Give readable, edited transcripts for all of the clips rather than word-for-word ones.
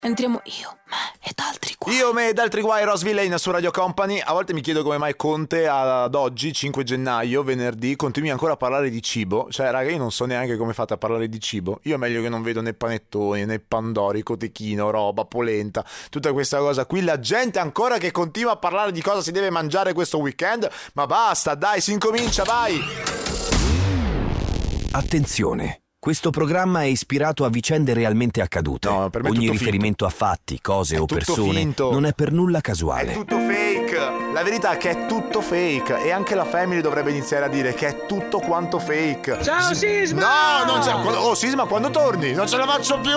Entriamo io, me ed altri guai. Io, me ed altri guai, Ross Villain su Radio Company. A volte mi chiedo come mai Conte ad oggi, 5 gennaio, venerdì, continui ancora a parlare di cibo. Cioè, raga, io non so neanche come fate a parlare di cibo. Io è meglio che non vedo né panettoni, né pandori, cotechino, roba, polenta, tutta questa cosa qui. La gente ancora che continua a parlare di cosa si deve mangiare questo weekend. Ma basta, dai, si incomincia, vai! Attenzione! Questo programma è ispirato a vicende realmente accadute. No, per me è ogni tutto riferimento finto. a fatti, cose È o tutto persone finto. non è per nulla casuale. È tutto fake. La verità è che è tutto fake. E anche la Family dovrebbe iniziare a dire che è tutto quanto fake. Ciao Sisma! No, non c'è. Oh Sisma, quando torni? Non ce la faccio più.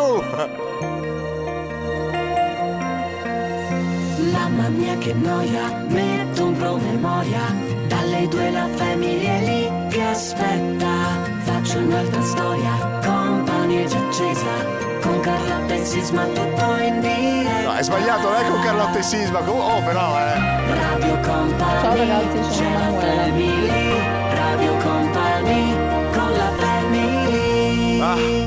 Mamma mia che noia, metto un promemoria. Dalle 2 la Family è lì che aspetta. Faccio un'altra storia, Company è già accesa. Con Carlotta e Sisma tutto in diretta. No, è sbagliato, non è con Carlotta e Sisma. Oh, però, Radio Company. Ciao ragazzi, sono c'è la Emanuela. Family. Radio Company con la Family.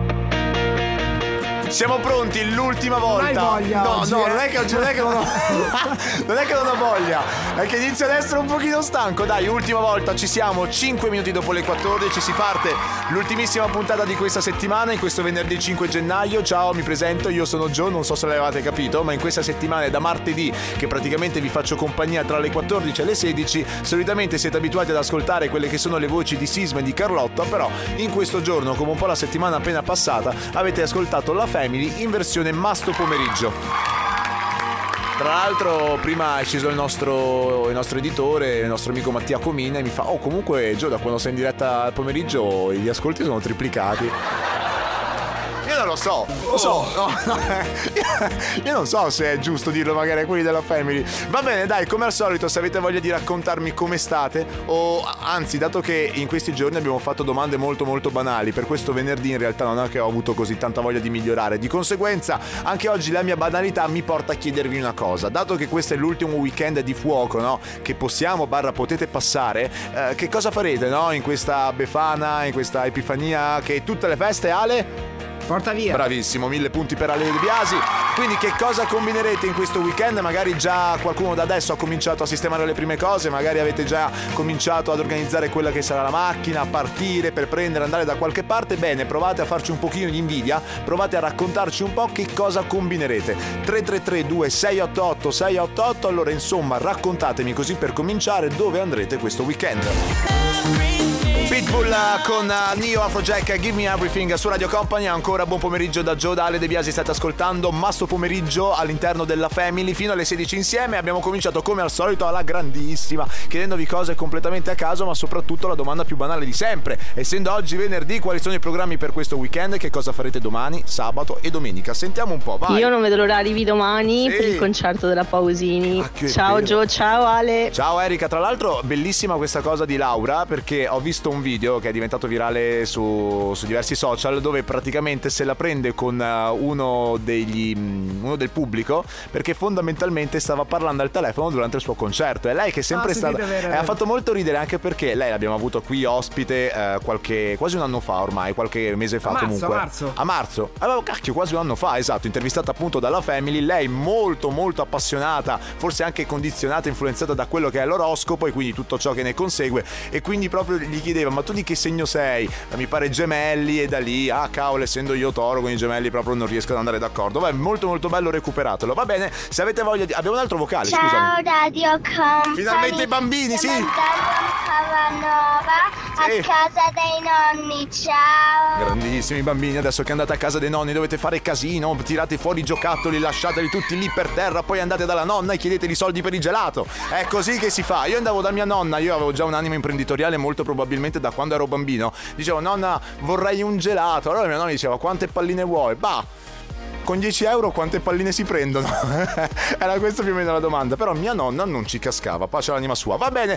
Siamo pronti l'ultima volta. Non hai voglia No, oggi, non è che non ho non è che non ho voglia, è che inizio ad essere un pochino stanco. Dai, ultima volta, ci siamo, 5 minuti dopo le 14, si parte l'ultimissima puntata di questa settimana, in questo venerdì 5 gennaio. Ciao, mi presento, io sono Joe, non so se l'avevate capito, ma in questa settimana è da martedì che praticamente vi faccio compagnia tra le 14 e le 16. Solitamente siete abituati ad ascoltare quelle che sono le voci di Sisma e di Carlotta, però in questo giorno, come un po' la settimana appena passata, avete ascoltato la Family in versione masto pomeriggio. Tra l'altro prima è sceso il nostro editore, il nostro amico Mattia Comina, e mi fa: oh, comunque Gio, da quando sei in diretta al pomeriggio gli ascolti sono triplicati. Io non lo so, io non so se è giusto dirlo magari a quelli della Family. Va bene, dai, come al solito, se avete voglia di raccontarmi come state, o anzi, dato che in questi giorni abbiamo fatto domande molto molto banali, per questo venerdì in realtà non è che ho avuto così tanta voglia di migliorare, di conseguenza anche oggi la mia banalità mi porta a chiedervi una cosa. Dato che questo è l'ultimo weekend di fuoco, no, che potete passare, che cosa farete, no, in questa Befana, in questa Epifania, che tutte le feste, Ale? Porta via. Bravissimo, 1000 punti per Ale De Biasi. Quindi che cosa combinerete in questo weekend? Magari già qualcuno da adesso ha cominciato a sistemare le prime cose, magari avete già cominciato ad organizzare quella che sarà la macchina, a partire per andare da qualche parte. Bene, provate a farci un pochino di invidia, provate a raccontarci un po' che cosa combinerete. 333-2688-688. Allora, insomma, raccontatemi così per cominciare dove andrete questo weekend. Pitbull con Neo, Afrojack, Give Me Everything su Radio Company. Ancora buon pomeriggio da Joe, da Ale De Biasi. State ascoltando Masto Pomeriggio all'interno della Family fino alle 16 insieme. Abbiamo cominciato come al solito alla grandissima, chiedendovi cose completamente a caso, ma soprattutto la domanda più banale di sempre: essendo oggi venerdì, quali sono i programmi per questo weekend? Che cosa farete domani, sabato e domenica? Sentiamo un po', vai. Io non vedo l'ora di domani Sì. per il concerto della Pausini. Ah, che Ciao bello. Gio, ciao Ale. Ciao Erika, tra l'altro bellissima questa cosa di Laura, perché ho visto un video che è diventato virale su diversi social, dove praticamente se la prende con uno del pubblico, perché fondamentalmente stava parlando al telefono durante il suo concerto. E lei che è sempre stata ha fatto molto ridere, anche perché lei l'abbiamo avuto qui ospite quasi un anno fa ormai, qualche mese fa, a marzo, cacchio, quasi un anno fa, esatto, intervistata appunto dalla Family. Lei molto molto appassionata, forse anche condizionata, influenzata da quello che è l'oroscopo e quindi tutto ciò che ne consegue, e quindi proprio gli chiedeva: ma tu di che segno sei? Mi pare gemelli. E da lì, cavolo, essendo io toro, con i gemelli proprio non riesco ad andare d'accordo. Beh, molto molto bello, recuperatelo. Va bene, se avete voglia di... Abbiamo un altro vocale, Ciao, scusami. Radio Company. Finalmente i bambini, sì. Stiamo andando a Cavanova, a casa dei nonni. Ciao. Grandissimi bambini, adesso che andate a casa dei nonni dovete fare casino, tirate fuori i giocattoli, lasciateli tutti lì per terra, poi andate dalla nonna e chiedete i soldi per il gelato. È così che si fa. Io andavo da mia nonna, io avevo già un'anima imprenditoriale molto probabilmente da quando ero bambino. Dicevo: nonna, vorrei un gelato. Allora mia nonna diceva: quante palline vuoi? Bah, con 10 euro quante palline si prendono? Era questa più o meno la domanda. Però mia nonna non ci cascava, pace all'anima sua. Va bene,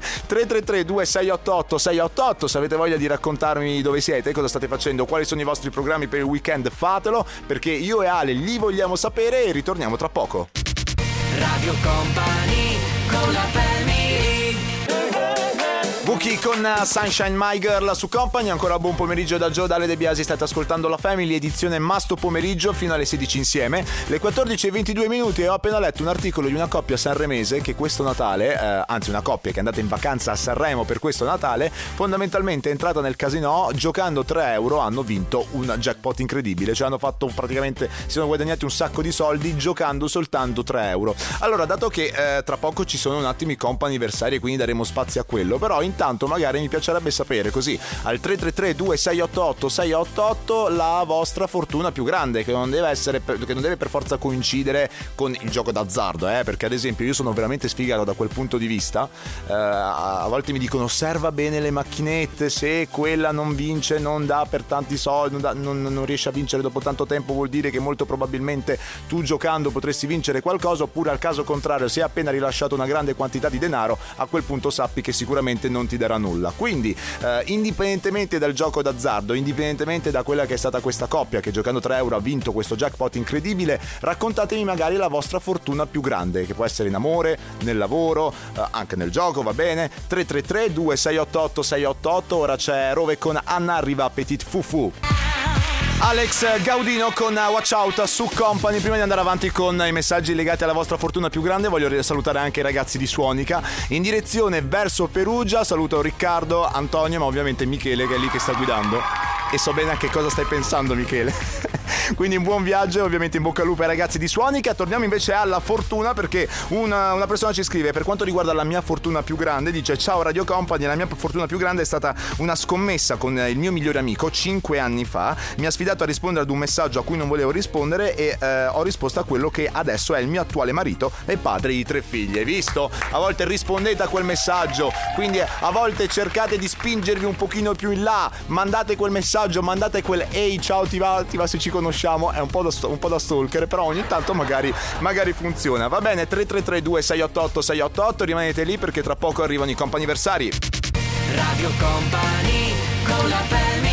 333-2688-688. Se avete voglia di raccontarmi dove siete, cosa state facendo, quali sono i vostri programmi per il weekend, fatelo, perché io e Ale li vogliamo sapere, e ritorniamo tra poco. Radio Company con la Family. Fuki con Sunshine My Girl su Company. Ancora buon pomeriggio da Gio, Dalle De Biasi. State ascoltando la Family, edizione Masto pomeriggio fino alle 16 insieme. Le 14:22 e ho appena letto un articolo di una coppia sanremese che questo Natale, anzi una coppia che è andata in vacanza a Sanremo per questo Natale, fondamentalmente è entrata nel casino, giocando 3 euro hanno vinto un jackpot incredibile. Cioè hanno fatto praticamente, si sono guadagnati un sacco di soldi giocando soltanto 3 euro. Allora, dato che tra poco ci sono un attimo i comp'anniversari e quindi daremo spazio a quello, però intanto magari mi piacerebbe sapere così al 333-2688-688 la vostra fortuna più grande, che non deve per forza coincidere con il gioco d'azzardo, perché ad esempio io sono veramente sfigato da quel punto di vista. A volte mi dicono osserva bene le macchinette, se quella non vince, non dà per tanti soldi, non riesce a vincere dopo tanto tempo, vuol dire che molto probabilmente tu giocando potresti vincere qualcosa, oppure al caso contrario, se hai appena rilasciato una grande quantità di denaro, a quel punto sappi che sicuramente non ti darà nulla. Quindi indipendentemente dal gioco d'azzardo, indipendentemente da quella che è stata questa coppia che giocando 3 euro ha vinto questo jackpot incredibile, raccontatemi magari la vostra fortuna più grande, che può essere in amore, nel lavoro, anche nel gioco, va bene. 333-2688-688. Ora c'è Rove con Anna arriva Petit Fufu. Alex Gaudino con Watch Out su Company. Prima di andare avanti con i messaggi legati alla vostra fortuna più grande, voglio salutare anche i ragazzi di Suonica in direzione verso Perugia. Saluto Riccardo, Antonio, ma ovviamente Michele che è lì che sta guidando, e so bene a che cosa stai pensando, Michele. Quindi un buon viaggio e ovviamente in bocca al lupo ai ragazzi di Suonica. Torniamo invece alla fortuna, perché una persona ci scrive: per quanto riguarda la mia fortuna più grande, dice ciao Radio Company, la mia fortuna più grande è stata una scommessa con il mio migliore amico 5 anni fa. Mi ha sfidato a rispondere ad un messaggio a cui non volevo rispondere e ho risposto a quello che adesso è il mio attuale marito e padre di 3 figlie. Hai visto? A volte rispondete a quel messaggio, quindi a volte cercate di spingervi un pochino più in là, mandate quel messaggio, mandate quel ehi ciao ti va se ci conosciamo. È un po' da stalker, però ogni tanto magari funziona. Va bene, 333-2688-688. Rimanete lì perché tra poco arrivano i comp'anniversari. Radio Company con la Family.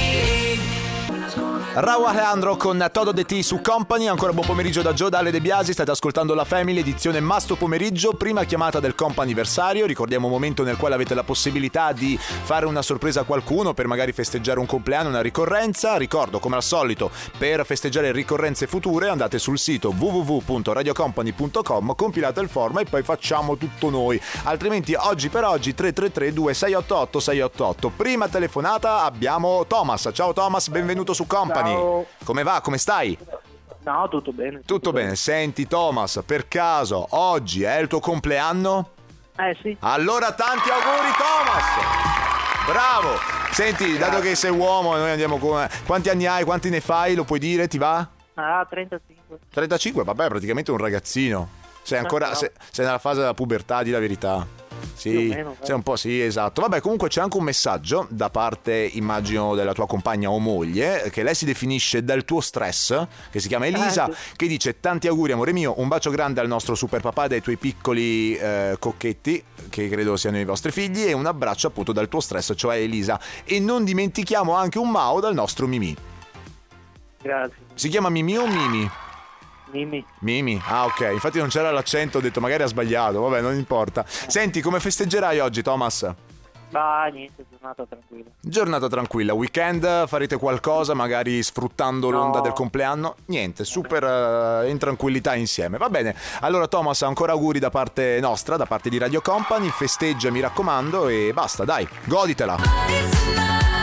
Rauw Alejandro con Todo de Ti su Company. Ancora buon pomeriggio da Gio, Dalle De Biasi. State ascoltando la Family, edizione Masto pomeriggio, prima chiamata del comp'anniversario. Ricordiamo un momento nel quale avete la possibilità di fare una sorpresa a qualcuno per magari festeggiare un compleanno, una ricorrenza. Ricordo, come al solito, per festeggiare ricorrenze future andate sul sito www.radiocompany.com, compilate il form e poi facciamo tutto noi. Altrimenti oggi per oggi 333-2688-688. Prima telefonata abbiamo Thomas. Ciao Thomas, benvenuto su Company. Ciao. Come va? Come stai? No, tutto bene. Tutto bene. Senti Thomas, per caso oggi è il tuo compleanno? Sì. Allora tanti auguri Thomas! Bravo! Senti, dato che sei uomo, noi andiamo con... Quanti anni hai? Quanti ne fai? Lo puoi dire? Ti va? 35. 35? Vabbè, praticamente un ragazzino. Sei ancora... sei nella fase della pubertà, di la verità. Sì, meno, sei un po', sì, esatto. Vabbè, comunque c'è anche un messaggio da parte, immagino, della tua compagna o moglie, che lei si definisce dal tuo stress, che si chiama Elisa, sì. che dice tanti auguri amore mio, un bacio grande al nostro super papà e dai tuoi piccoli cocchetti, che credo siano i vostri figli, e un abbraccio appunto dal tuo stress, cioè Elisa. E non dimentichiamo anche un Mao dal nostro Mimì. Grazie. Si chiama Mimì o Mimi? Mimi. Ah, ok, infatti non c'era l'accento, ho detto magari ha sbagliato, vabbè, non importa. Senti, come festeggerai oggi, Thomas? Niente, giornata tranquilla. Giornata tranquilla, weekend, farete qualcosa magari sfruttando l'onda del compleanno? Niente, super in tranquillità insieme. Va bene, allora Thomas, ancora auguri da parte nostra, da parte di Radio Company, festeggia mi raccomando e basta, dai, goditela.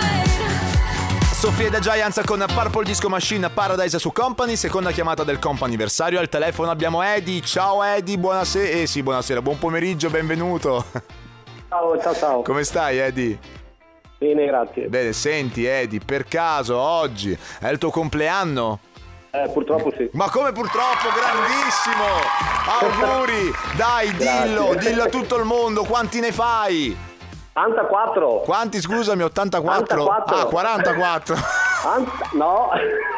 Sofia da Giants con Purple Disco Machine, Paradise su Company. Seconda chiamata del comp'anniversario. Al telefono abbiamo Eddie. Ciao Eddie, buonasera. Sì, buonasera, buon pomeriggio, benvenuto. Ciao. Come stai Eddie? Bene, grazie. Bene, senti Eddie, per caso oggi è il tuo compleanno? Purtroppo sì. Ma come purtroppo? Grandissimo! Auguri! Dai, dillo a tutto il mondo, quanti ne fai? 84. Quanti, scusami, 84? 84. Ah, 44. No.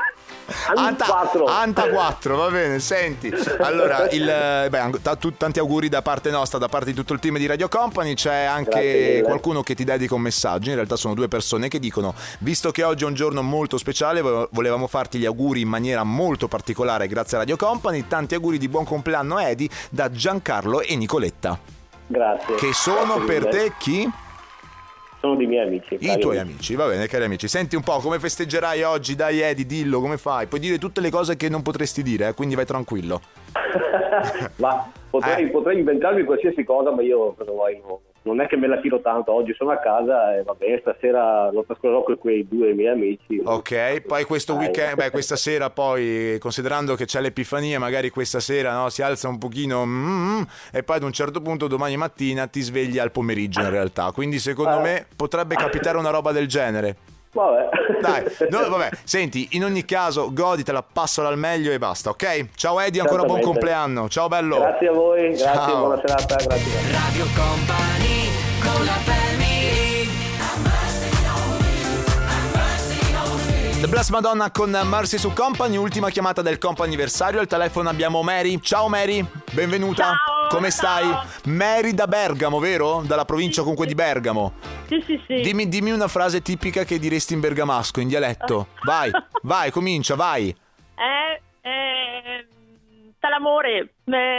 84, va bene, senti. Allora, tanti auguri da parte nostra, da parte di tutto il team di Radio Company. C'è anche qualcuno che ti dedica un messaggio. In realtà sono 2 persone che dicono: visto che oggi è un giorno molto speciale, volevamo farti gli auguri in maniera molto particolare grazie a Radio Company. Tanti auguri di buon compleanno Eddie da Giancarlo e Nicoletta. Grazie. Che sono per te chi? sono dei miei amici. I tuoi amici, va bene, cari amici. Senti un po', come festeggerai oggi? Dai Eddie, dillo, come fai? Puoi dire tutte le cose che non potresti dire, quindi vai tranquillo. Ma potrei inventarmi qualsiasi cosa, ma io cosa vuoi, non è che me la tiro tanto. Oggi sono a casa e va bene, stasera lo trascorrerò con quei due miei amici. Ok, poi questo weekend, questa sera poi, considerando che c'è l'Epifania, magari questa sera, no, si alza un pochino e poi ad un certo punto domani mattina ti svegli al pomeriggio in realtà. Quindi secondo me potrebbe capitare una roba del genere. Vabbè. Dai, vabbè, senti, in ogni caso goditela, passala al meglio e basta, ok? Ciao Eddie, ancora buon compleanno. Ciao bello. Grazie a voi, grazie, ciao. Buona serata, grazie. Radio Company con la family. The Blessed Madonna con Mercy su Company, ultima chiamata del comp'anniversario. Al telefono abbiamo Mary. Ciao Mary, benvenuta. Ciao. Come stai? Mary da Bergamo, vero? Dalla provincia comunque di Bergamo. Sì. Dimmi una frase tipica che diresti in bergamasco, in dialetto. Vai, comincia, vai. L'amore.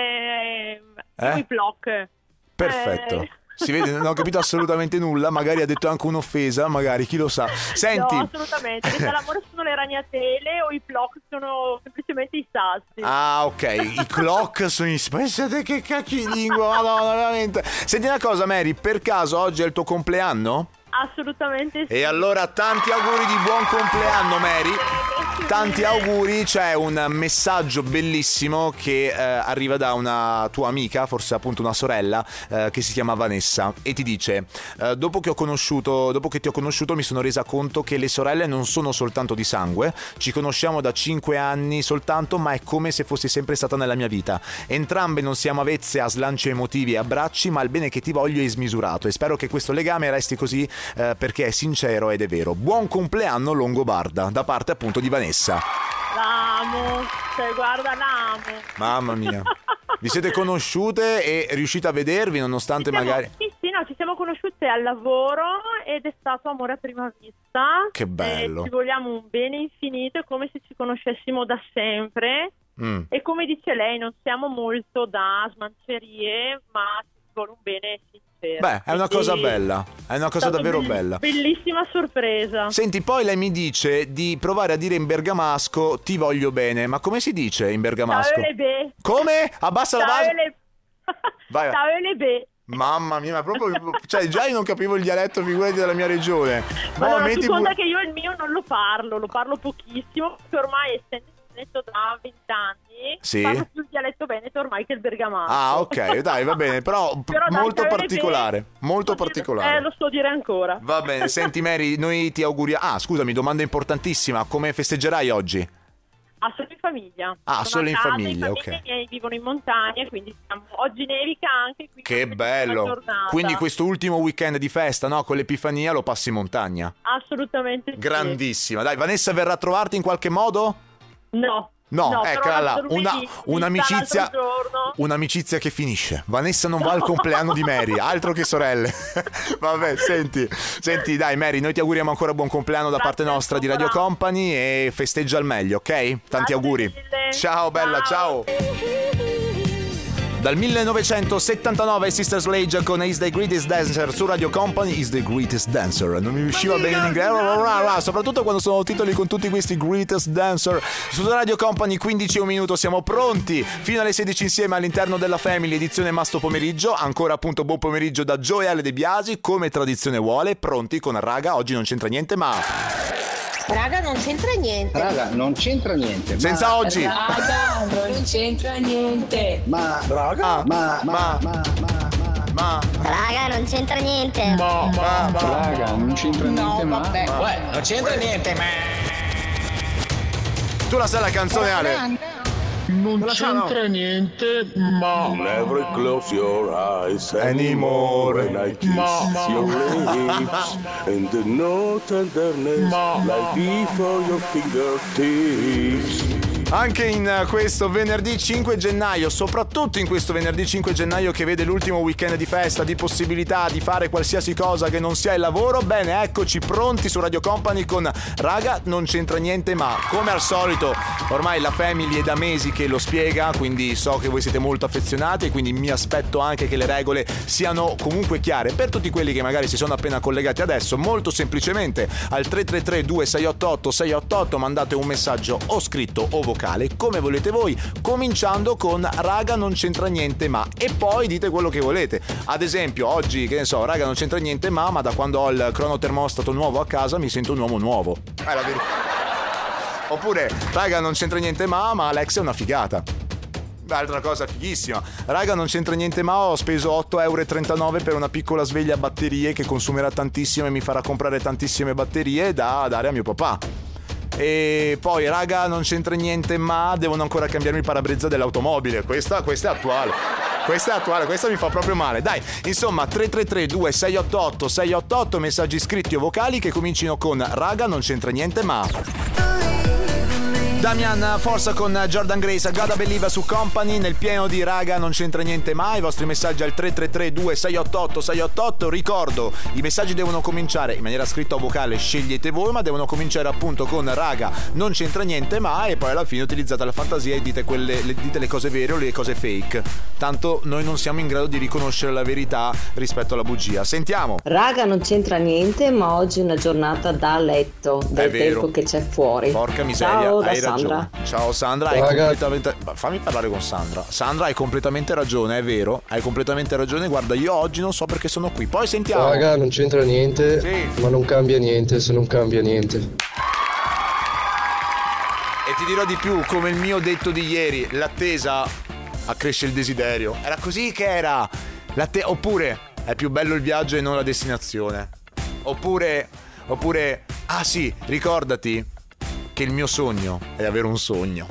I block. Perfetto. Si vede, non ho capito assolutamente nulla, magari ha detto anche un'offesa, magari, chi lo sa. Senti. No, assolutamente. L'amore sono le ragnatele o i block sono semplicemente i sassi. Ah, ok. I clock sono i... Pensate che cacchio di lingua, madonna, veramente. Senti una cosa, Mary, per caso oggi è il tuo compleanno? Assolutamente sì. E allora tanti auguri di buon compleanno, Mary. Tanti auguri. C'è un messaggio bellissimo che arriva da una tua amica, forse appunto una sorella, che si chiama Vanessa, e ti dice: dopo che ti ho conosciuto mi sono resa conto che le sorelle non sono soltanto di sangue, ci conosciamo da 5 anni soltanto, ma è come se fossi sempre stata nella mia vita. Entrambe non siamo avvezze a slanci emotivi e abbracci, ma il bene che ti voglio è smisurato e spero che questo legame resti così, perché è sincero ed è vero. Buon compleanno Longobarda, da parte appunto di Vanessa. L'amo, guarda, l'amo. Mamma mia. Vi siete conosciute e riuscite a vedervi nonostante magari... Sì, no, ci siamo conosciute al lavoro ed è stato amore a prima vista. Che bello. Ci vogliamo un bene infinito, è come se ci conoscessimo da sempre. E come dice lei, non siamo molto da smancerie, ma ci vuole un bene sincero. Beh, è una cosa bella, è una cosa davvero bella. Bellissima sorpresa. Senti, poi lei mi dice di provare a dire in bergamasco ti voglio bene, ma come si dice in bergamasco? Come? Abbassa la base. Vai. Mamma mia, ma proprio, cioè già io non capivo il dialetto, figurati della mia regione. Ma tu conta che io il mio non lo parlo pochissimo, perché ormai essendo Veneto da 20 anni, sì, parlo più il dialetto veneto ormai che il bergamasco. Ah, ok, dai, va bene, però molto particolare, molto particolare. Lo so dire ancora. Va bene, senti Mary, noi ti auguriamo... Ah, scusami, domanda importantissima, come festeggerai oggi? Solo in famiglia. Solo in famiglia, ok. I miei vivono in montagna, quindi oggi nevica anche qui. Che bello. Quindi questo ultimo weekend di festa, no, con l'Epifania lo passi in montagna. Assolutamente. Grandissima. Dai, Vanessa verrà a trovarti in qualche modo? No, eccola là, un'amicizia che finisce. Vanessa non va al compleanno di Mary, altro che sorelle. Vabbè, senti, dai Mary, noi ti auguriamo ancora buon compleanno da parte nostra di Radio Company e festeggia al meglio, ok? Tanti auguri. Mille. Ciao bella, ciao. Dal 1979 Sister Sledge con Is the Greatest Dancer su Radio Company. Is the Greatest Dancer. Non mi usciva bene in inglese, soprattutto quando sono titoli con tutti questi Greatest Dancer. Su Radio Company 15 e un minuto, siamo pronti fino alle 16 insieme all'interno della Family, edizione Masto Pomeriggio. Ancora appunto buon pomeriggio da Joe e Ale De Biasi, come tradizione vuole, pronti con Raga, oggi non c'entra niente ma... Raga, non c'entra niente. Raga, non c'entra niente. Senza oggi. Raga, non c'entra niente. Ma raga, Raga, non c'entra niente. Raga, non c'entra niente, no, vabbè. Non c'entra niente, ma. Tu la sai la canzone, Ale? Non c'entra niente, ma never close your eyes anymore when I kiss your lips and the no tenderness like before your fingertips. Anche in questo venerdì 5 gennaio, soprattutto in questo venerdì 5 gennaio che vede l'ultimo weekend di festa, di possibilità di fare qualsiasi cosa che non sia il lavoro, bene, eccoci pronti su Radio Company con Raga non c'entra niente ma. Come al solito, ormai la Family è da mesi che lo spiega, quindi so che voi siete molto affezionati e quindi mi aspetto anche che le regole siano comunque chiare. Per tutti quelli che magari si sono appena collegati adesso, molto semplicemente al 333 2688 688 mandate un messaggio o scritto o vocale, come volete voi, cominciando con Raga non c'entra niente ma, e poi dite quello che volete. Ad esempio oggi, che ne so, Raga non c'entra niente ma da quando ho il cronotermostato nuovo a casa mi sento un uomo nuovo. La verità. Oppure Raga non c'entra niente ma Alex è una figata. Altra cosa fighissima. Raga non c'entra niente ma ho speso 8,39 € per una piccola sveglia a batterie che consumerà tantissimo e mi farà comprare tantissime batterie da dare a mio papà. E poi raga non c'entra niente ma devono ancora cambiarmi il parabrezza dell'automobile. Questa è attuale. Questa mi fa proprio male. Dai, insomma 333 2688 688 messaggi scritti o vocali che comincino con Raga non c'entra niente ma. Damian Forza con Jordan Grace, Gotta Believe su Company, nel pieno di Raga non c'entra niente mai. I vostri messaggi al 333 2688 688. Ricordo, i messaggi devono cominciare in maniera scritta o vocale, scegliete voi, ma devono cominciare appunto con Raga non c'entra niente mai, e poi alla fine utilizzate la fantasia e dite le cose vere o le cose fake. Tanto noi non siamo in grado di riconoscere la verità rispetto alla bugia. Sentiamo. Raga non c'entra niente, ma oggi è una giornata da letto del tempo che c'è fuori. Porca miseria. Ciao, hai Sandra. Ragione. Ciao Sandra, hai completamente. Fammi parlare con Sandra. Sandra, hai completamente ragione, è vero. Hai completamente ragione. Guarda, io oggi non so perché sono qui. Poi sentiamo. Raga, non c'entra niente, sì, ma non cambia niente se non cambia niente. E ti dirò di più, come il mio detto di ieri, l'attesa accresce il desiderio. Era così che era. Oppure è più bello il viaggio e non la destinazione. Oppure ah sì, ricordati che il mio sogno è avere un sogno.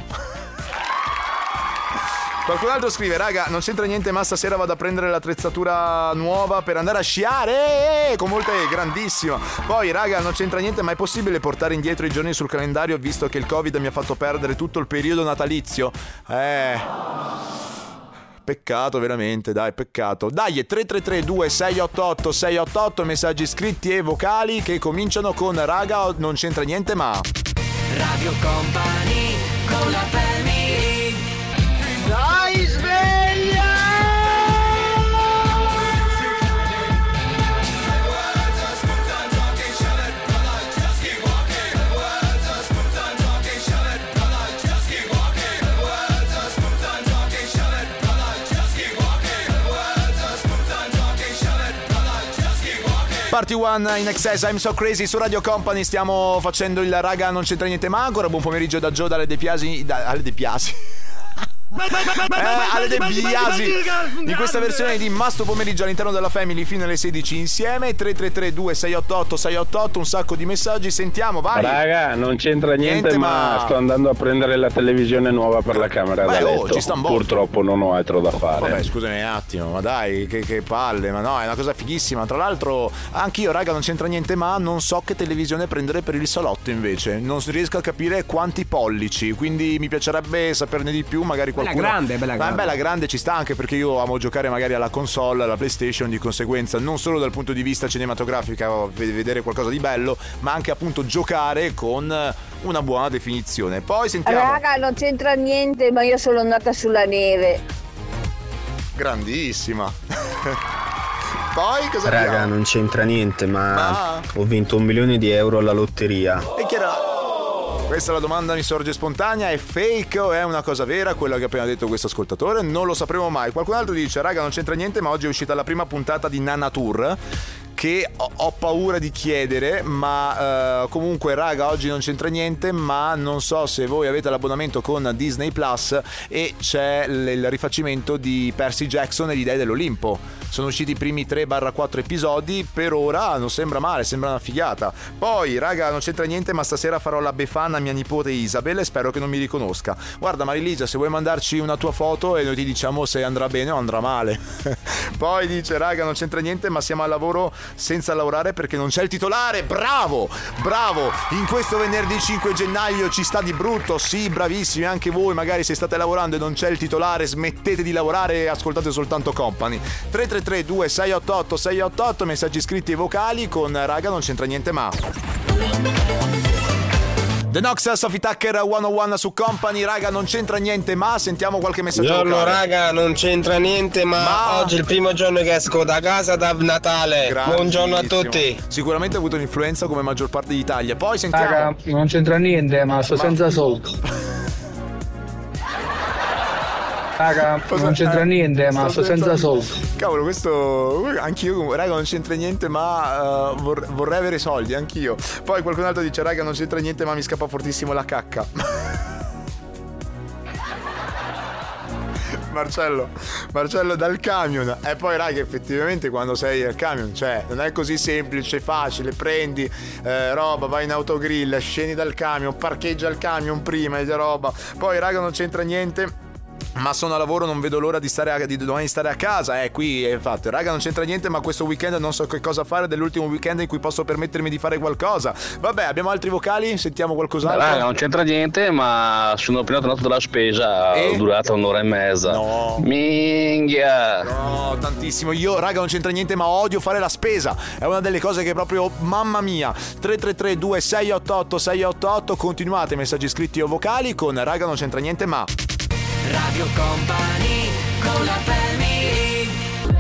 Qualcun altro scrive: raga non c'entra niente ma stasera vado a prendere l'attrezzatura nuova per andare a sciare con molte, grandissima. Poi raga non c'entra niente ma è possibile portare indietro i giorni sul calendario visto che il Covid mi ha fatto perdere tutto il periodo natalizio? Peccato veramente, dai, peccato. Dai, 333 2688 688 messaggi scritti e vocali che cominciano con raga non c'entra niente ma. Radio Company con la Family. Dai, sveglia! Party One in Excess, I'm So Crazy su Radio Company. Stiamo facendo il raga non c'entra niente ma. Ancora buon pomeriggio da Gio, dalle De Piasi. Alle De Piasi. alle De Biasi in questa versione di Masto Pomeriggio all'interno della Family fino alle 16 insieme. 333 2688 688, un sacco di messaggi, sentiamo, vai. Raga non c'entra niente ma sto andando a prendere la televisione nuova per la camera da letto. Ci sta un botto. Purtroppo non ho altro da fare. Vabbè scusami un attimo, ma dai che palle, ma no, è una cosa fighissima. Tra l'altro anch'io raga non c'entra niente ma non so che televisione prendere per il salotto, invece non riesco a capire quanti pollici, quindi mi piacerebbe saperne di più, magari qualcuno. Bella grande. La grande ci sta, anche perché io amo giocare magari alla console, alla PlayStation, di conseguenza non solo dal punto di vista cinematografico vedere qualcosa di bello, ma anche appunto giocare con una buona definizione. Poi sentiamo. Raga non c'entra niente ma io sono andata sulla neve. Grandissima. Poi cosa raga abbiamo? Non c'entra niente ma ho vinto 1 milione di euro alla lotteria. E che era? Questa è la domanda, mi sorge spontanea: è fake o è una cosa vera quello che ha appena detto questo ascoltatore? Non lo sapremo mai. Qualcun altro dice: raga non c'entra niente ma oggi è uscita la prima puntata di Nana Tour, che ho paura di chiedere, ma comunque raga oggi non c'entra niente, ma non so se voi avete l'abbonamento con Disney Plus e c'è il rifacimento di Percy Jackson e gli Dei dell'Olimpo. Sono usciti i primi 3/4 episodi, per ora non sembra male, sembra una figata. Poi raga non c'entra niente ma stasera farò la befana a mia nipote Isabel e spero che non mi riconosca. Guarda Marilisa, se vuoi mandarci una tua foto e noi ti diciamo se andrà bene o andrà male. Poi dice raga non c'entra niente ma siamo al lavoro senza lavorare perché non c'è il titolare. Bravo, in questo venerdì 5 gennaio ci sta di brutto. Sì, bravissimi anche voi, magari se state lavorando e non c'è il titolare, smettete di lavorare e ascoltate soltanto Company. 333 2688 688, messaggi scritti e vocali con raga non c'entra niente ma. The Nox, Sophie Tucker 101 su Company. Raga non c'entra niente ma. Sentiamo qualche messaggio. Buongiorno raga, non c'entra niente ma oggi è il primo giorno che esco da casa da Natale. Buongiorno a tutti. Sicuramente ha avuto un'influenza come maggior parte d'Italia. Poi sentiamo. Raga non c'entra niente ma sto senza soldi. Raga, non c'entra niente, ma sto senza soldi. Cavolo, questo anch'io, raga, non c'entra niente, ma vorrei avere soldi, anch'io. Poi qualcun altro dice, raga, non c'entra niente, ma mi scappa fortissimo la cacca. Marcello dal camion. E poi raga, effettivamente quando sei al camion, cioè non è così semplice, facile. Prendi roba, vai in autogrill, scendi dal camion, parcheggia il camion prima e roba. Poi raga non c'entra niente, ma sono a lavoro, non vedo l'ora di domani stare a casa. Qui infatti raga non c'entra niente, ma questo weekend non so che cosa fare, dell'ultimo weekend in cui posso permettermi di fare qualcosa. Vabbè, abbiamo altri vocali? Sentiamo qualcos'altro. Raga non c'entra niente, ma sono appena tornato dalla spesa, durata un'ora e mezza. No, minchia. No, tantissimo. Io raga non c'entra niente, ma odio fare la spesa. È una delle cose che proprio, mamma mia. 333 2688 688. Continuate, messaggi scritti o vocali con raga non c'entra niente ma. Radio Company con la family.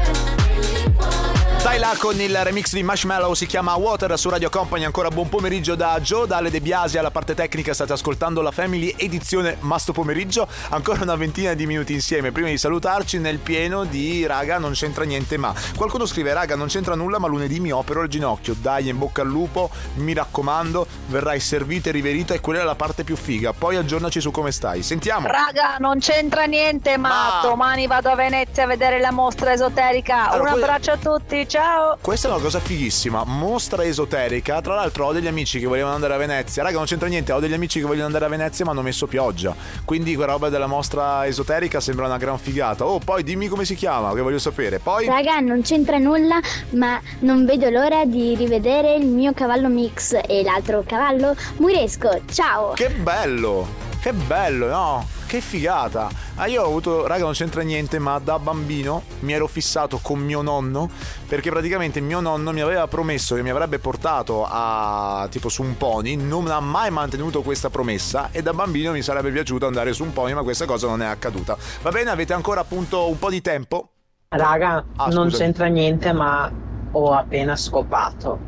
Stai là con il remix di Marshmello, si chiama Water su Radio Company. Ancora buon pomeriggio da Joe, da Ale De Biasi alla parte tecnica. State ascoltando la Family edizione Masto Pomeriggio. Ancora una ventina di minuti insieme prima di salutarci nel pieno di raga non c'entra niente ma. Qualcuno scrive raga non c'entra nulla ma lunedì mi opero il ginocchio. Dai, in bocca al lupo, mi raccomando, verrai servita e riverita e quella è la parte più figa. Poi aggiornaci su come stai. Sentiamo. Raga non c'entra niente ma domani vado a Venezia a vedere la mostra esoterica. Allora, un abbraccio a tutti, ciao. Questa è una cosa fighissima, mostra esoterica. Tra l'altro ho degli amici che volevano andare a Venezia. Raga non c'entra niente, ho degli amici che vogliono andare a Venezia ma hanno messo pioggia. Quindi quella roba della mostra esoterica sembra una gran figata. Oh, poi dimmi come si chiama, che voglio sapere. Poi raga non c'entra nulla, ma non vedo l'ora di rivedere il mio cavallo Mix e l'altro cavallo Muresco. Ciao. Che bello, no? Che figata. Io ho avuto, raga non c'entra niente, ma da bambino mi ero fissato con mio nonno, perché praticamente mio nonno mi aveva promesso che mi avrebbe portato a tipo su un pony. Non ha mai mantenuto questa promessa e da bambino mi sarebbe piaciuto andare su un pony, ma questa cosa non è accaduta. Va bene, avete ancora appunto un po' di tempo. Raga non c'entra niente, ma ho appena scopato.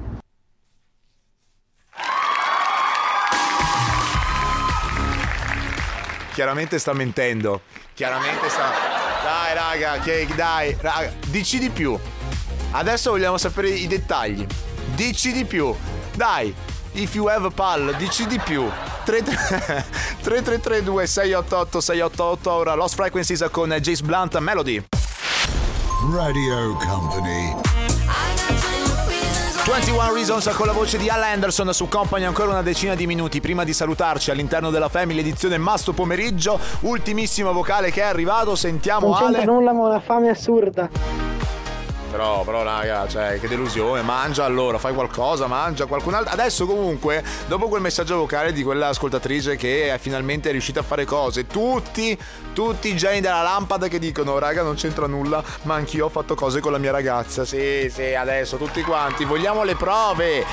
Chiaramente sta mentendo. Dai raga, dici di più. Adesso vogliamo sapere i dettagli. Dici di più. Dai, if you have a pal, dici di più. 3332 688 688. Ora Lost Frequencies con Jace Blunt, Melody. Radio Company. 21 Reasons con la voce di Al Anderson su Company. Ancora una decina di minuti prima di salutarci all'interno della Family edizione Masto Pomeriggio. Ultimissimo vocale che è arrivato, sentiamo. Non c'entra Ale. nulla, ma una fame assurda. Però raga, cioè che delusione. Mangia allora, fai qualcosa, mangia qualcun altro. Adesso comunque, dopo quel messaggio vocale di quella ascoltatrice che finalmente è riuscita a fare cose, tutti i geni della lampada che dicono raga non c'entra nulla, ma anch'io ho fatto cose con la mia ragazza. Sì, adesso tutti quanti vogliamo le prove.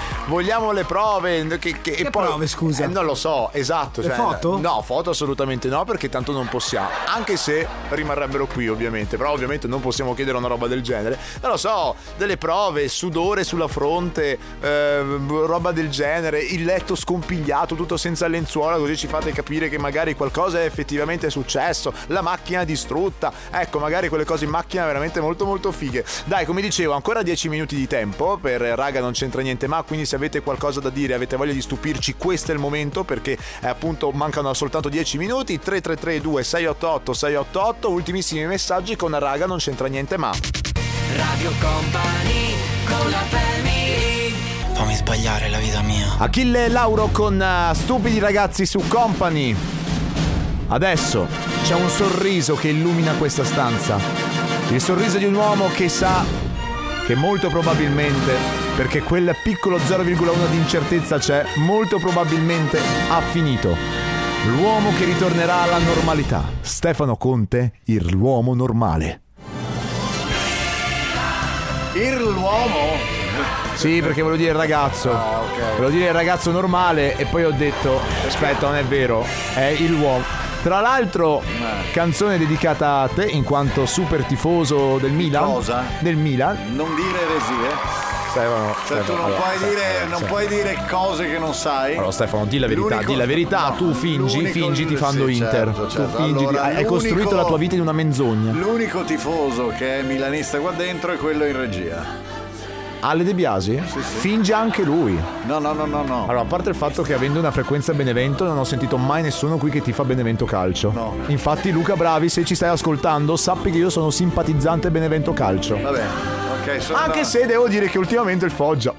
Che poi, prove, scusa? Non lo so, esatto. Le foto? No, foto assolutamente no, perché tanto non possiamo. Anche se rimarrebbero qui ovviamente. Però ovviamente non possiamo chiedere una roba del genere. Non lo so, delle prove, sudore sulla fronte, roba del genere, il letto scompigliato, tutto senza lenzuola, così ci fate capire che magari qualcosa è effettivamente successo, la macchina distrutta. Ecco, magari quelle cose in macchina veramente molto molto fighe. Dai, come dicevo, ancora 10 minuti di tempo per raga non c'entra niente ma, quindi se avete qualcosa da dire, avete voglia di stupirci, questo è il momento, perché appunto mancano soltanto 10 minuti. 3332 688 688. Ultimissimi messaggi con raga non c'entra niente ma. Radio Company con la family. Fammi sbagliare la vita mia. Achille Lauro con Stupidi ragazzi su Company. Adesso c'è un sorriso che illumina questa stanza. Il sorriso di un uomo che sa che molto probabilmente, perché quel piccolo 0,1 di incertezza c'è, molto probabilmente ha finito. L'uomo che ritornerà alla normalità. Stefano Conte, l'uomo normale. L'uomo? Sì, perché volevo dire il ragazzo. Ok. Volevo dire il ragazzo normale e poi ho detto, aspetta, non è vero, è l'uomo. Tra l'altro, canzone dedicata a te in quanto super tifoso del Milan. Cosa? Del Milan. Non dire eresie. Stefano, tu non puoi dire cose che non sai. Allora Stefano, di la verità, tu fingi tifando Inter. Certo. Tu fingi, allora, hai costruito la tua vita in una menzogna. L'unico tifoso che è milanista qua dentro è quello in regia. Ale De Biasi? Sì. Finge anche lui. No. Allora, a parte il fatto che avendo una frequenza Benevento, non ho sentito mai nessuno qui che tifa Benevento Calcio. No. Infatti, Luca Bravi, se ci stai ascoltando, sappi che io sono simpatizzante Benevento Calcio. Va bene, ok. Anche se devo dire che ultimamente il Foggia.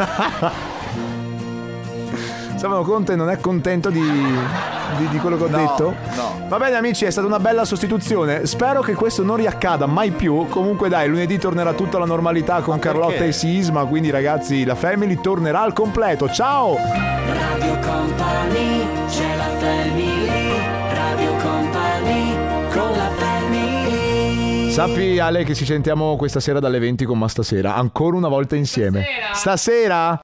Stefano Conte non è contento di quello che ho detto? No. Va bene amici, è stata una bella sostituzione. Spero che questo non riaccada mai più. Comunque dai, lunedì tornerà tutta la normalità con Carlotta e Sisma. Quindi ragazzi, la Family tornerà al completo. Ciao! Radio Company, c'è la Family. Radio Company, con la Family. Sappi Ale che ci sentiamo questa sera dalle 20 con Ma Stasera. Ancora una volta insieme. Stasera?